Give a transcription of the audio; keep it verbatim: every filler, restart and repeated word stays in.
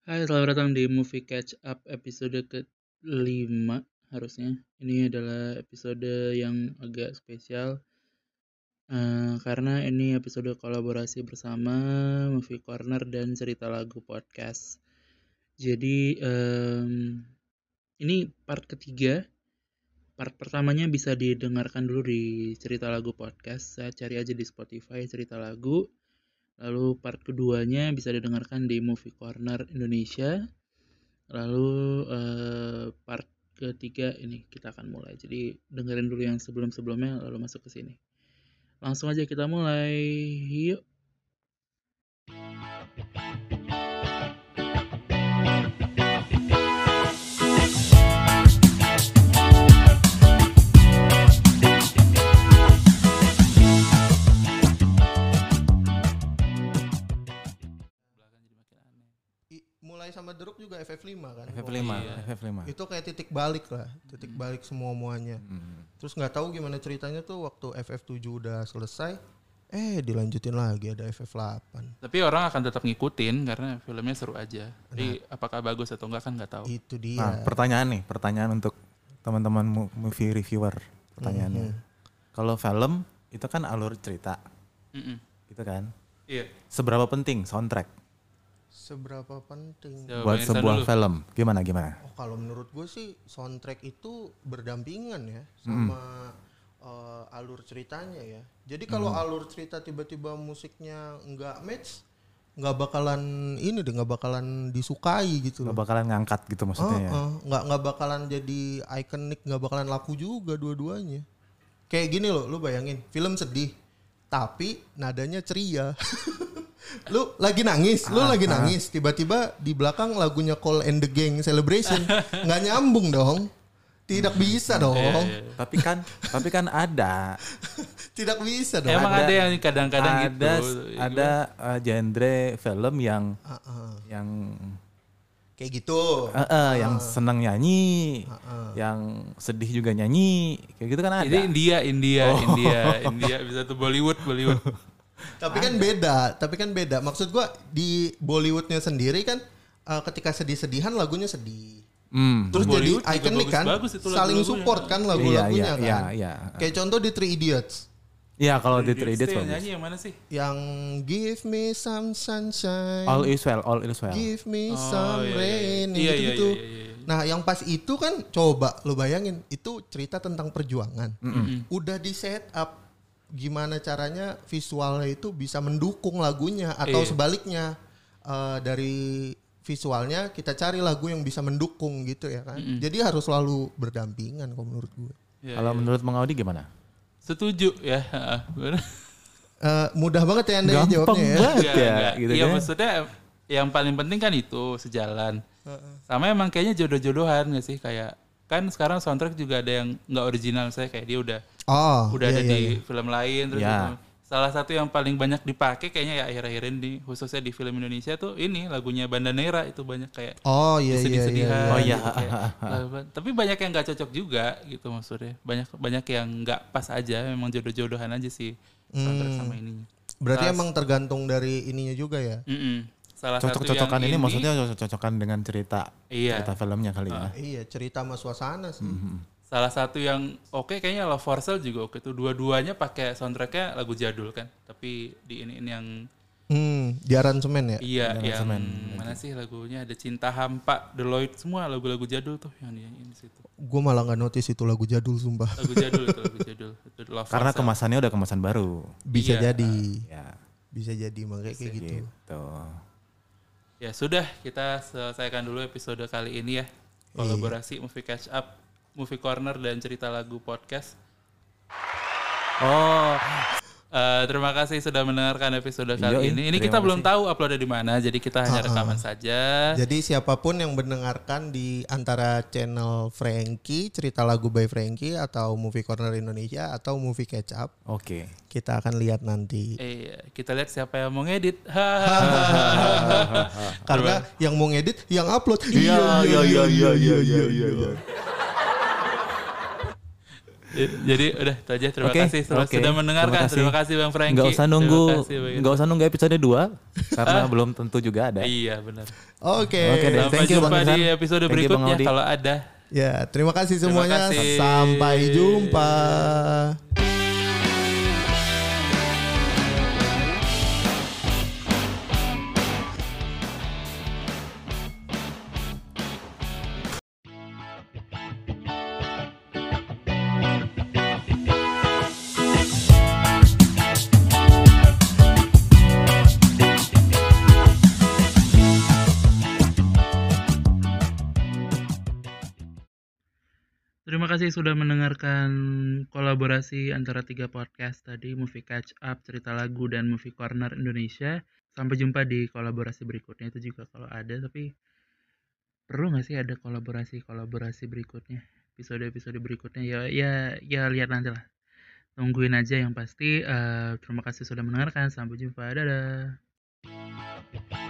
Hai, selamat datang di Movie Catch Up episode kelima harusnya. Ini adalah episode yang agak spesial uh, karena ini episode kolaborasi bersama Movie Corner dan Cerita Lagu Podcast. Jadi um, ini part ketiga. Part pertamanya bisa didengarkan dulu di Cerita Lagu Podcast. Saya cari aja di Spotify Cerita Lagu. Lalu part keduanya bisa didengarkan di Movie Corner Indonesia. Lalu uh, part ketiga ini kita akan mulai. Jadi dengerin dulu yang sebelum-sebelumnya lalu masuk ke sini. Langsung aja kita mulai. Yuk. Mulai sama The Rock juga F F lima kan. F F lima, iya. F F lima. Itu kayak titik balik lah, titik hmm. balik semua-muanya. Hmm. Terus nggak tahu gimana ceritanya tuh waktu F F tujuh udah selesai, eh dilanjutin lagi ada F F delapan. Tapi orang akan tetap ngikutin karena filmnya seru aja. Tapi nah, apakah bagus atau enggak kan nggak tahu. Itu dia. Nah, pertanyaan nih, pertanyaan untuk teman-teman movie reviewer. Pertanyaannya. Hmm. Kalau film itu kan alur cerita. Mm-mm. Gitu kan? Iya. Seberapa penting soundtrack? Seberapa penting Jauh, buat sebuah dulu. Film gimana gimana? Oh, kalau menurut gue sih soundtrack itu berdampingan ya sama mm. uh, alur ceritanya ya. Jadi kalau mm. alur cerita tiba-tiba musiknya nggak match, nggak bakalan ini deh, nggak bakalan disukai gitu. Nggak bakalan ngangkat gitu maksudnya uh, ya? Uh, nggak nggak bakalan jadi ikonik, nggak bakalan laku juga dua-duanya. Kayak gini loh, lu bayangin film sedih tapi nadanya ceria. Lu lagi nangis, lu ah, lagi ah. nangis, tiba-tiba di belakang lagunya Call and the Gang Celebration, nggak nyambung dong, tidak bisa dong. Eh, tapi kan, tapi kan ada, tidak bisa dong. Emang ada, ada yang kadang-kadang ada, gitu. Ada uh, genre film yang, uh, uh. yang kayak gitu, uh, uh, uh. yang senang nyanyi, uh, uh. yang sedih juga nyanyi, kayak gitu kan ada. Jadi India, India, oh. India, India bisa tuh Bollywood, Bollywood. Tapi kan beda, tapi kan beda. Maksud gua di Bollywoodnya sendiri kan uh, ketika sedih-sedihan lagunya sedih. Hmm. Terus Bollywood jadi ikonik kan, bagus, saling support kan lagu-lagunya iya, iya, kan. Iya, iya. Kayak contoh di Three Idiots. Iya kalau di Three Idiots bagus. Nyanyi yang mana sih? Yang Give Me Some Sunshine. All is well, all is well. Give me oh, some iya, rain. Iya, gitu. Iya, iya, iya. Nah yang pas itu kan coba lo bayangin itu cerita tentang perjuangan. Mm-hmm. Udah di set up gimana caranya visualnya itu bisa mendukung lagunya atau iya. sebaliknya uh, dari visualnya kita cari lagu yang bisa mendukung gitu ya kan. Mm-hmm. Jadi harus selalu berdampingan kalau menurut gue. Ya, kalau ya. Menurut Bang Audi gimana? Setuju ya. uh, mudah banget ya Anda Gampang jawabnya ya. Banget ya, ya gitu iya kan? Maksudnya yang paling penting kan itu sejalan. Uh-uh. Sama emang kayaknya jodoh-jodohan gak sih kayak kan sekarang soundtrack juga ada yang nggak original saya kayak dia udah oh, udah iya, ada iya, di iya. film lain terus yeah. salah satu yang paling banyak dipakai kayaknya ya akhir-akhir ini khususnya di film Indonesia tuh ini lagunya Bandanera itu banyak kayak oh iya iya iya oh iya gitu, kayak, tapi banyak yang nggak cocok juga gitu maksudnya banyak banyak yang nggak pas aja memang jodoh-jodohan aja sih soundtrack hmm. sama ininya berarti Salah, emang tergantung dari ininya juga ya. Mm-mm. Salah cocok-cocokan ini, ini maksudnya cocok-cocokan dengan cerita iya. cerita filmnya kali uh. ya. Iya, cerita sama suasana sih. Mm-hmm. Salah satu yang oke okay, kayaknya Love for Sale juga oke okay. Tuh dua-duanya pakai soundtracknya lagu jadul kan, tapi di ini, ini yang hmm, di aransemen ya. Iya, di yang mana sih lagunya ada Cinta Hampa, Deloitte semua lagu-lagu jadul tuh yang di ini situ. Gue malah nggak notice itu lagu jadul sumpah. Lagu jadul itu lagu jadul. Itu Love Karena kemasannya udah kemasan baru. Bisa iya. jadi. Ya. Bisa jadi makanya kayak gitu. gitu. Ya sudah, kita selesaikan dulu episode kali ini ya. Kolaborasi iya. Movie Catch Up, Movie Corner dan Cerita Lagu Podcast. Oh, uh, terima kasih sudah mendengarkan episode kali Yoi, ini. Ini kita kasih. Belum tahu uploadnya di mana, jadi kita hanya rekaman uh-uh. saja. Jadi siapapun yang mendengarkan di antara channel Frankie, Cerita Lagu by Frankie atau Movie Corner Indonesia atau Movie Catch Up. Oke. Okay. Kita akan lihat nanti. Iya, kita lihat siapa yang mau ngedit. Karena yang mau ngedit, yang upload. Iya, iya, iya, iya, iya, iya, iya. Jadi udah itu aja. Terima Oke, kasih sudah, oke. sudah mendengarkan. Terima kasih. Terima kasih Bang Franky. Nggak usah nunggu, Terima kasih, Bang nggak usah nunggu episode dua karena belum tentu juga ada. Iya benar. Oke. Oke deh. Sampai Thank you, jumpa Bang di Irsan. episode Thank you, Bang berikutnya Audi. kalau ada. Ya, terima kasih semuanya. kasih. Sampai jumpa. Terima kasih sudah mendengarkan kolaborasi antara tiga podcast tadi, Movie Catch Up, Cerita Lagu, dan Movie Corner Indonesia. Sampai jumpa di kolaborasi berikutnya itu juga kalau ada, tapi perlu nggak sih ada kolaborasi-kolaborasi berikutnya, episode-episode berikutnya? Ya, ya, ya lihat nanti lah. Tungguin aja yang pasti. Uh, terima kasih sudah mendengarkan. Sampai jumpa. Dadah.